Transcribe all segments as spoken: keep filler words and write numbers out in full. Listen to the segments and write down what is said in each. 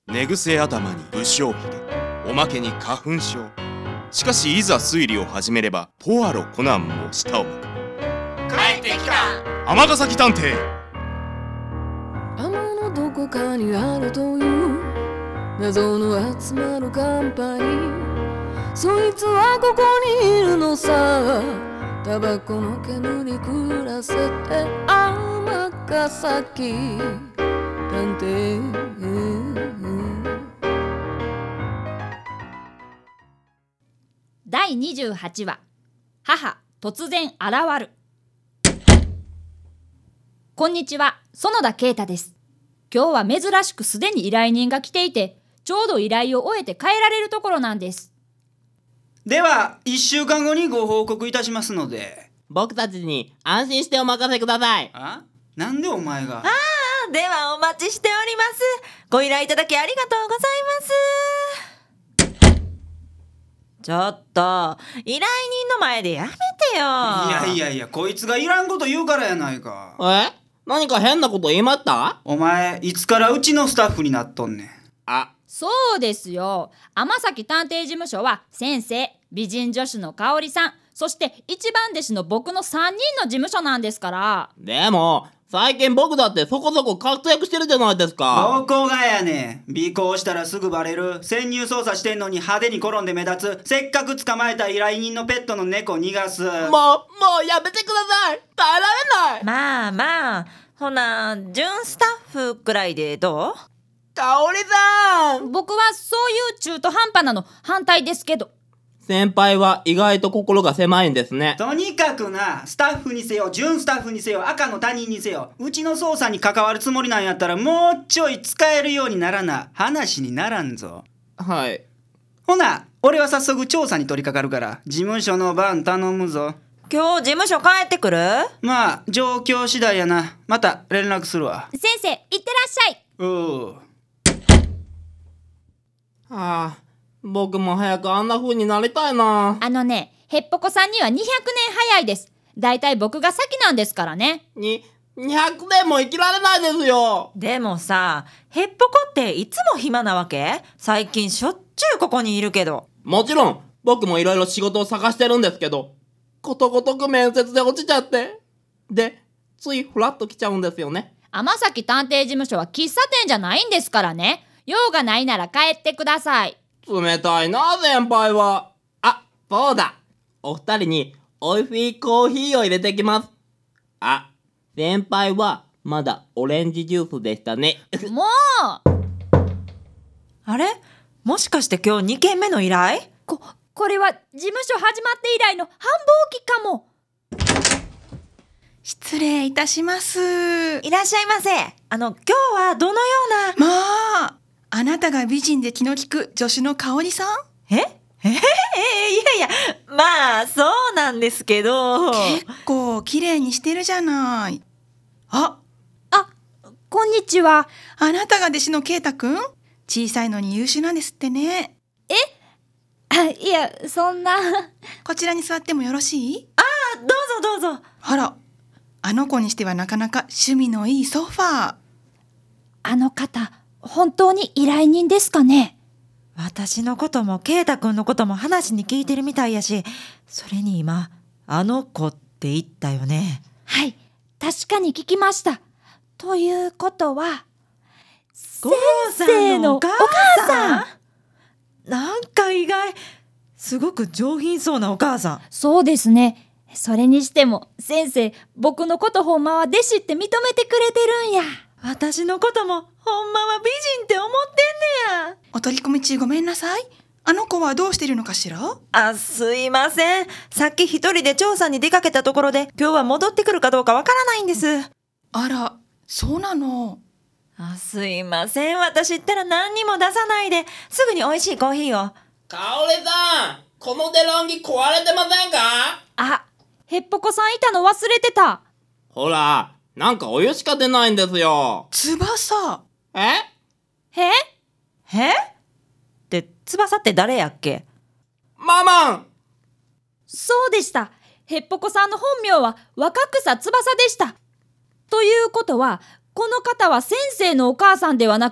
寝癖頭に不祥髭、おまけに花粉症。しかしいざ推理を始めればポアロコナンも舌を巻く。 帰ってきた尼崎探偵。 天のどこかにあるという謎の集まるカンパニー、そいつはここにいるのさ。タバコの煙暮らせて尼崎探偵。 だいにじゅうはちわ、母突然現る。こんにちは、園田啓太です。今日は珍しくすでに依頼人が来ていて、ちょうど依頼を終えて帰られるところなんです。 ではいっしゅうかんごにご報告いたしますので。 僕たちに安心してお任せください。 あ？なんでお前が？ ああ、ではお待ちしております。ご依頼いただきありがとうございます。ちょっと依頼人の前でやめてよ。 いやいやいや、こいつがいらんこと言うからやないか。 え？何か変なこと言いました？ お前いつからうちのスタッフになっとんねん。 あ、 そうですよ。尼崎探偵事務所は先生、美人女子の香織さん、そして一番弟子の僕のさんにんの事務所なんですから。 でも最近僕だってそこそこ活躍してるじゃないですか。 どこがやねん。尾行したらすぐバレる。潜入捜査してんのに派手に転んで目立つ。せっかく捕まえた依頼人のペットの猫逃がす。 もうもうやめてください。耐えられない。 まあまあ、ほな準スタッフくらいでどう？ 香織さん、 僕はそういう中途半端なの反対ですけど。 先輩は意外と心が狭いんですね。 とにかくな、スタッフにせよ準スタッフにせよ赤の他人にせよ、うちの捜査に関わるつもりなんやったらもうちょい使えるようにならな話にならんぞ。 はい。 ほな俺は早速調査に取り掛かるから事務所の番頼むぞ。 今日事務所帰ってくる？ まあ状況次第やな。また連絡するわ。 先生、いってらっしゃい。 おう。 はあ、僕も早くあんな風になりたいな。 あのね、へっぽこさんにはにひゃくねん早いです。だいたい僕が先なんですからね。 に、にひゃくねんも生きられないですよ。 でもさ、へっぽこっていつも暇なわけ？最近しょっちゅうここにいるけど。 もちろん僕もいろいろ仕事を探してるんですけど、ことごとく面接で落ちちゃって、でついフラッと来ちゃうんですよね。 尼崎探偵事務所は喫茶店じゃないんですからね。用がないなら帰ってください。 冷たいな先輩は。あ、そうだ、お二人においしいコーヒーを入れてきます。あ、先輩はまだオレンジジュースでしたね。 もうあれ？もしかして今日にけんめの依頼？ こ、これは事務所始まって以来の繁忙期かも。 失礼いたします。 いらっしゃいませ。あの、今日はどのような。 まあ、あなたが美人で気の利く助手の香織さん？ ええええいやいや、まあそうなんですけど。 結構綺麗にしてるじゃない。あ、 あ、こんにちは。 あなたが弟子の圭太くん？小さいのに優秀なんですってね。 え？あ、いや、そんな。 こちらに座ってもよろしい？ あ、どうぞどうぞ。 あら、あの子にしてはなかなか趣味のいいソファー。 あの方、本当に依頼人ですかね？ 私のことも圭太くんのことも話に聞いてるみたいやし、それに今あの子って言ったよね。 はい、確かに聞きました。ということは先生のお母さん？なんか意外。すごく上品そうなお母さん。 そうですね。それにしても先生、僕のことほんまは弟子って認めてくれてるんや。 私のこともほんまは美人って思ってんねや。 お取り込み中ごめんなさい。あの子はどうしてるのかしら？ あ、すいません。さっき一人で調査に出かけたところで、今日は戻ってくるかどうかわからないんです。 あら、そうなの。 あ、すいません。私ったら何にも出さないで、すぐに美味しいコーヒーを。 香織さん、このデロンギ壊れてませんか？ あ、へっぽこさんいたの忘れてた。 ほら、なんかお湯しか出ないんですよ。 翼。 え？ え？ え？って翼って誰やっけ？ ママン。 そうでした。へっぽこさんの本名は若草翼でした。ということは、この方は先生のお母さんではなく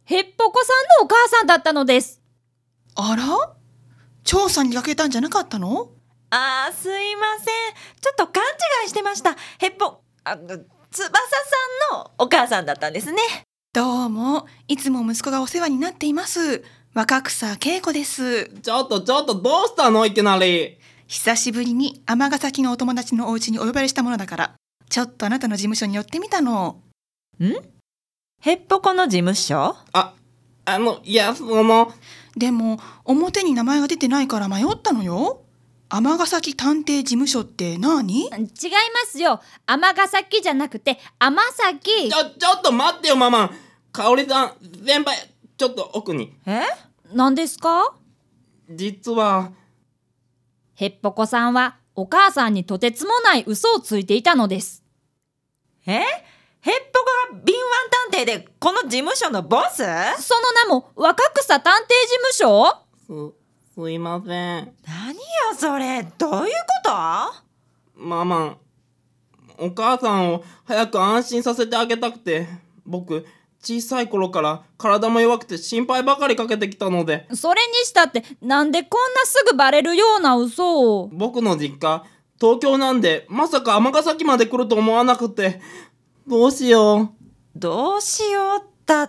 へっぽこさんのお母さんだったのです。 あら、調査に出かけたんじゃなかったの？ あー、すいません。ちょっと勘違いしてました。へっぽ、あ、翼さんのお母さんだったんですね。 どうも、いつも息子がお世話になっています。若草恵子です。 ちょっとちょっとどうしたのいきなり。 久しぶりに尼崎のお友達のお家にお呼ばれしたものだから、ちょっとあなたの事務所に寄ってみたの。 ん？へっぽこの事務所？ あ、あの、いや、その。 でも、表に名前が出てないから迷ったのよ。尼崎探偵事務所って何？ 違いますよ。尼崎じゃなくて尼崎。 ちょ、ちょっと待ってよママ。かおりさん、先輩、ちょっと奥に。 え？ 何ですか？ 実はへっぽこさんはお母さんにとてつもない嘘をついていたのです。 え？へっぽこが敏腕探偵でこの事務所のボス？ その名も若草探偵事務所？ す、すいません。 何よそれ、どういうこと？ ママ、お母さんを早く安心させてあげたくて、僕小さい頃から体も弱くて心配ばかりかけてきたので。 それにしたってなんでこんなすぐバレるような嘘を。 僕の実家東京なんで、まさか尼崎まで来ると思わなくて、どうしようどうしようったって。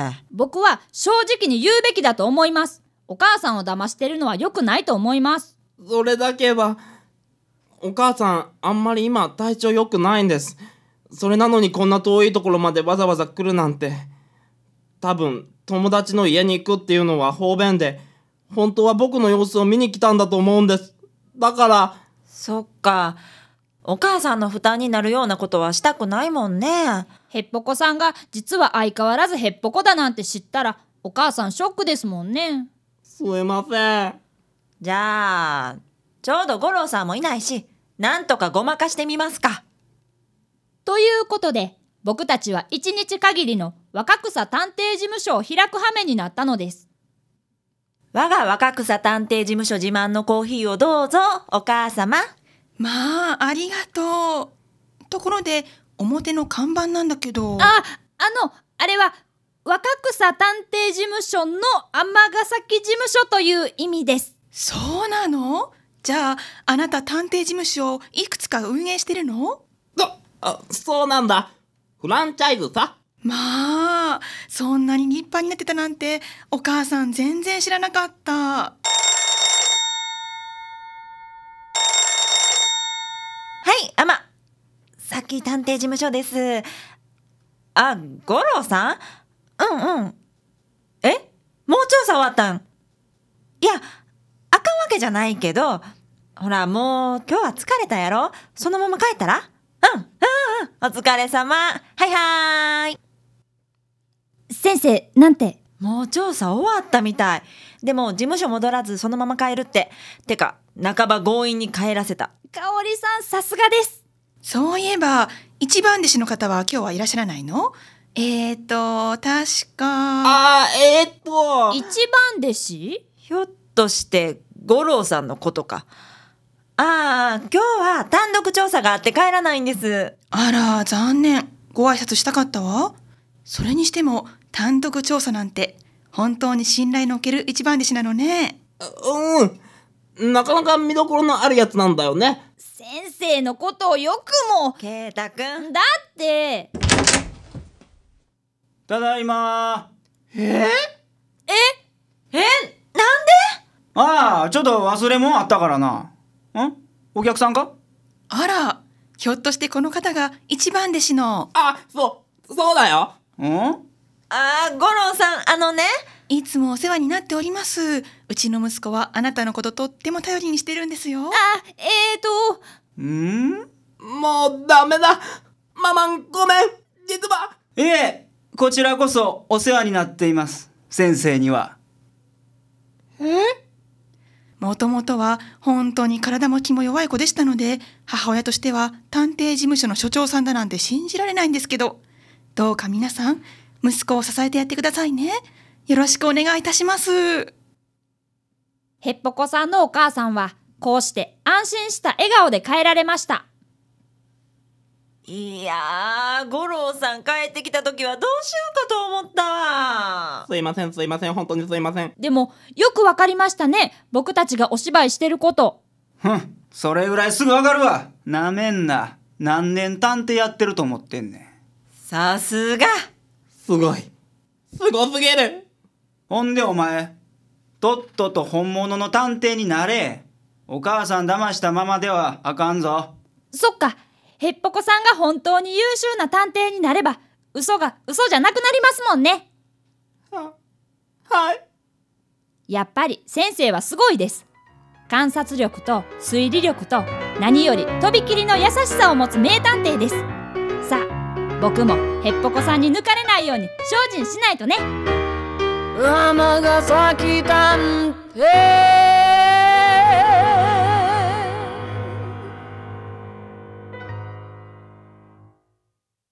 僕は正直に言うべきだと思います。お母さんを騙してるのは良くないと思います。 それだけは、お母さんあんまり今体調良くないんです。それなのにこんな遠いところまでわざわざ来るなんて。多分友達の家に行くっていうのは方便で、本当は僕の様子を見に来たんだと思うんです。だから。 そっか、お母さんの負担になるようなことはしたくないもんね。 へっぽこさんが実は相変わらずへっぽこだなんて知ったらお母さんショックですもんね。 すいません。 じゃあちょうど五郎さんもいないし、なんとかごまかしてみますか。 ということで僕たちは一日限りの若草探偵事務所を開く羽目になったのです。 我が若草探偵事務所自慢のコーヒーをどうぞ、お母様。 まあ、ありがとう。ところで、表の看板なんだけど。 あ、あの、あれは若草探偵事務所の尼崎事務所という意味です。 そうなの？じゃあ、あなた探偵事務所をいくつか運営してるの？ あ、あ、そうなんだ。フランチャイズさ。 まあ、そんなに立派になってたなんて、お母さん全然知らなかった。 はい、あま、さっき探偵事務所です。あ、五郎さん？うんうん。え？もう調査終わったん？いや、あかんわけじゃないけど、ほらもう今日は疲れたやろ？そのまま帰ったら？うん、うんうん、お疲れ様。はいはーい。 先生、なんて？ もう調査終わったみたい。でも事務所戻らずそのまま帰るって。てか、半ば強引に帰らせた。 かおりさん、さすがです。 そういえば、一番弟子の方は今日はいらっしゃらないの？えーと、確か。 あー、えー、っと。 一番弟子？ ひょっとして五郎さんのことか。ああ、今日は単独調査があって帰らないんです。 あら、残念。ご挨拶したかったわ。それにしても、単独調査なんて、本当に信頼のおける一番弟子なのね。 うん。なかなか見どころのあるやつなんだよね。 先生のことをよくも。 圭太くん。 だって。 ただいまえー、 ええ、なんで？ ああ、ちょっと忘れ物あったからな。ん？お客さんか？ あら、ひょっとしてこの方が一番弟子の。 あ、そう、そうだよ。 ん？ ああ、五郎さん、あのね。 いつもお世話になっております。うちの息子はあなたのこととっても頼りにしてるんですよ。 あ、えーと。 ん？ もうダメだ。ママン、ごめん。実は。 いえ、こちらこそお世話になっています。先生には。 え？ もともとは本当に体も気も弱い子でしたので、母親としては探偵事務所の所長さんだなんて信じられないんですけど、どうか皆さん、息子を支えてやってくださいね。よろしくお願いいたします。 へっぽこさんのお母さんはこうして安心した笑顔で帰られました。 いやー、五郎さん帰ってきた時はどうしようかと思ったわ。 すいませんすいません本当にすいません。 でもよくわかりましたね、僕たちがお芝居してること。 ふん、それぐらいすぐわかるわ。なめんな。何年探偵やってると思ってんねん。 さすが。 すごいすごすぎる。 ほんでお前、とっとと本物の探偵になれ。お母さん騙したままではあかんぞ。 そっか、へっぽこさんが本当に優秀な探偵になれば嘘が嘘じゃなくなりますもんね。 ははいやっぱり先生はすごいです。観察力と推理力と何よりとびきりの優しさを持つ名探偵です。さあ僕もへっぽこさんに抜かれないように精進しないとね。 尼崎探偵